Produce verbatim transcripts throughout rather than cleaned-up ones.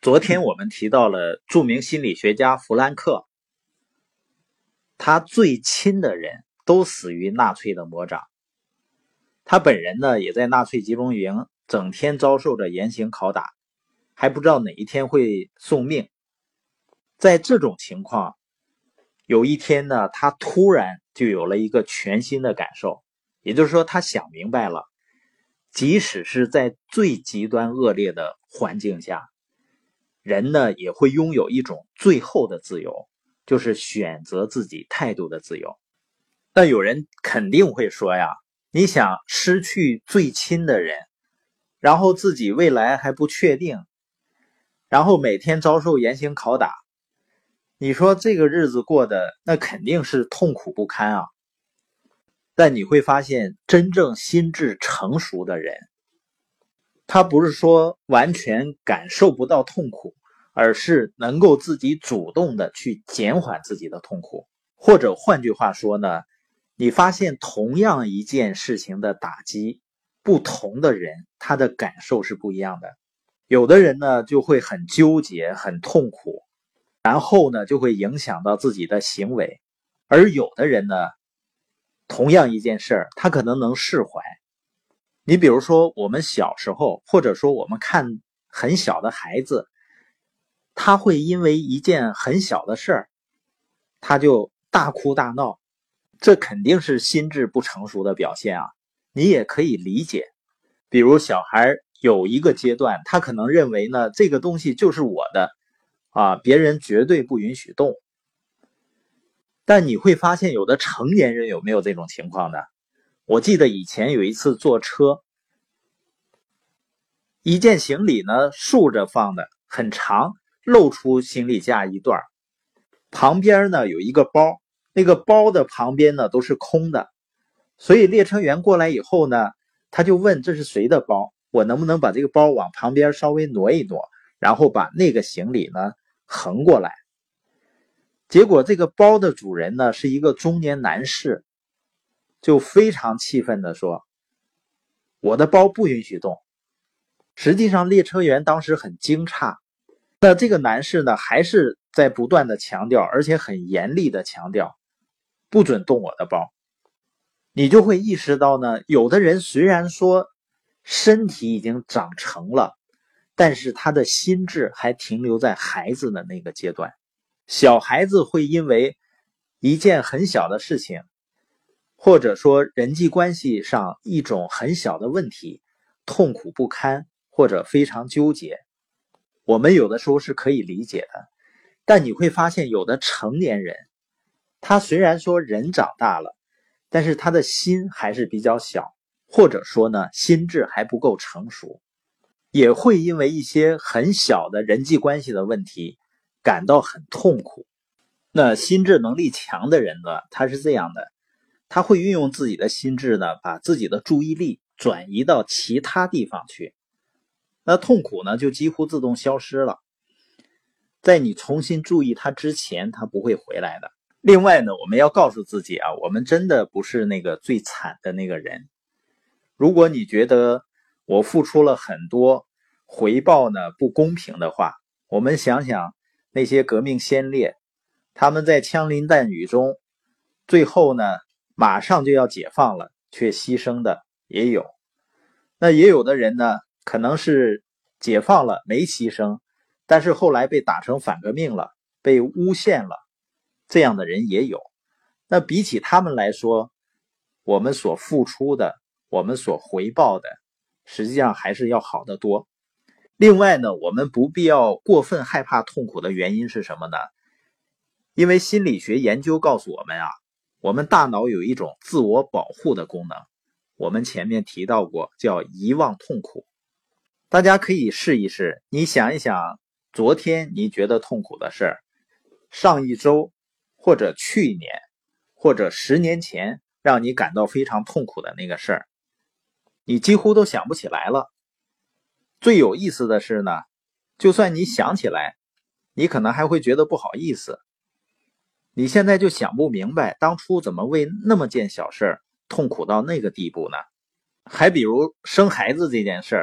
昨天我们提到了著名心理学家弗兰克，他最亲的人都死于纳粹的魔掌。他本人呢，也在纳粹集中营整天遭受着严刑拷打，还不知道哪一天会送命。在这种情况，有一天呢，他突然就有了一个全新的感受，也就是说，他想明白了，即使是在最极端恶劣的环境下，人呢也会拥有一种最后的自由，就是选择自己态度的自由。但有人肯定会说呀，你想失去最亲的人，然后自己未来还不确定，然后每天遭受严刑拷打，你说这个日子过得那肯定是痛苦不堪啊。但你会发现，真正心智成熟的人，他不是说完全感受不到痛苦，而是能够自己主动的去减缓自己的痛苦。或者换句话说呢，你发现同样一件事情的打击，不同的人他的感受是不一样的。有的人呢就会很纠结很痛苦，然后呢就会影响到自己的行为。而有的人呢，同样一件事儿他可能能释怀。你比如说我们小时候，或者说我们看很小的孩子，他会因为一件很小的事儿，他就大哭大闹，这肯定是心智不成熟的表现啊。你也可以理解，比如小孩有一个阶段，他可能认为呢，这个东西就是我的啊，别人绝对不允许动。但你会发现有的成年人有没有这种情况呢？我记得以前有一次坐车，一件行李呢竖着放的很长，露出行李架一段，旁边呢有一个包，那个包的旁边呢都是空的，所以列车员过来以后呢，他就问这是谁的包，我能不能把这个包往旁边稍微挪一挪，然后把那个行李呢横过来。结果这个包的主人呢是一个中年男士，就非常气愤地说，我的包不允许动。实际上列车员当时很惊诧，那这个男士呢还是在不断的强调，而且很严厉的强调，不准动我的包。你就会意识到呢，有的人虽然说身体已经长成了，但是他的心智还停留在孩子的那个阶段。小孩子会因为一件很小的事情，或者说人际关系上一种很小的问题，痛苦不堪或者非常纠结，我们有的时候是可以理解的。但你会发现有的成年人，他虽然说人长大了，但是他的心还是比较小，或者说呢心智还不够成熟，也会因为一些很小的人际关系的问题感到很痛苦。那心智能力强的人呢，他是这样的，他会运用自己的心智呢，把自己的注意力转移到其他地方去，那痛苦呢就几乎自动消失了。在你重新注意它之前，它不会回来的。另外呢，我们要告诉自己啊，我们真的不是那个最惨的那个人。如果你觉得我付出了很多，回报呢不公平的话，我们想想那些革命先烈，他们在枪林弹雨中，最后呢马上就要解放了，却牺牲的也有。那也有的人呢，可能是解放了没牺牲，但是后来被打成反革命了，被诬陷了，这样的人也有。那比起他们来说，我们所付出的，我们所回报的，实际上还是要好得多。另外呢，我们不必要过分害怕痛苦的原因是什么呢？因为心理学研究告诉我们啊，我们大脑有一种自我保护的功能，我们前面提到过，叫遗忘痛苦。大家可以试一试，你想一想，昨天你觉得痛苦的事儿，上一周或者去年或者十年前让你感到非常痛苦的那个事儿，你几乎都想不起来了。最有意思的是呢，就算你想起来，你可能还会觉得不好意思。你现在就想不明白，当初怎么为那么件小事痛苦到那个地步呢？还比如生孩子这件事儿，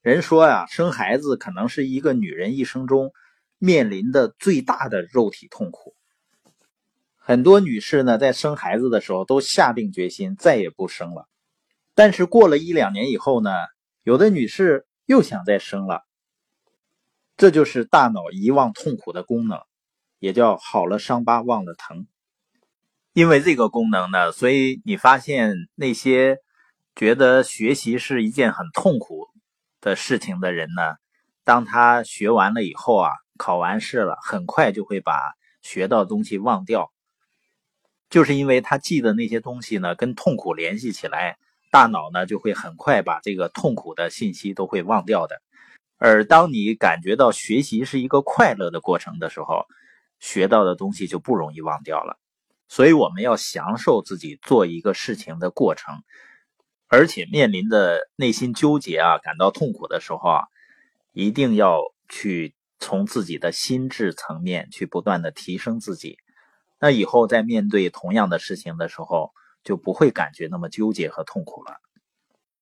人说呀，生孩子可能是一个女人一生中面临的最大的肉体痛苦。很多女士呢，在生孩子的时候都下定决心再也不生了，但是过了一两年以后呢，有的女士又想再生了。这就是大脑遗忘痛苦的功能，也叫好了伤疤忘了疼。因为这个功能呢，所以你发现那些觉得学习是一件很痛苦的事情的人呢，当他学完了以后啊，考完试了，很快就会把学到的东西忘掉。就是因为他记的那些东西呢，跟痛苦联系起来，大脑呢就会很快把这个痛苦的信息都会忘掉的。而当你感觉到学习是一个快乐的过程的时候，学到的东西就不容易忘掉了。所以我们要享受自己做一个事情的过程，而且面临的内心纠结啊，感到痛苦的时候啊，一定要去从自己的心智层面去不断的提升自己。那以后在面对同样的事情的时候，就不会感觉那么纠结和痛苦了。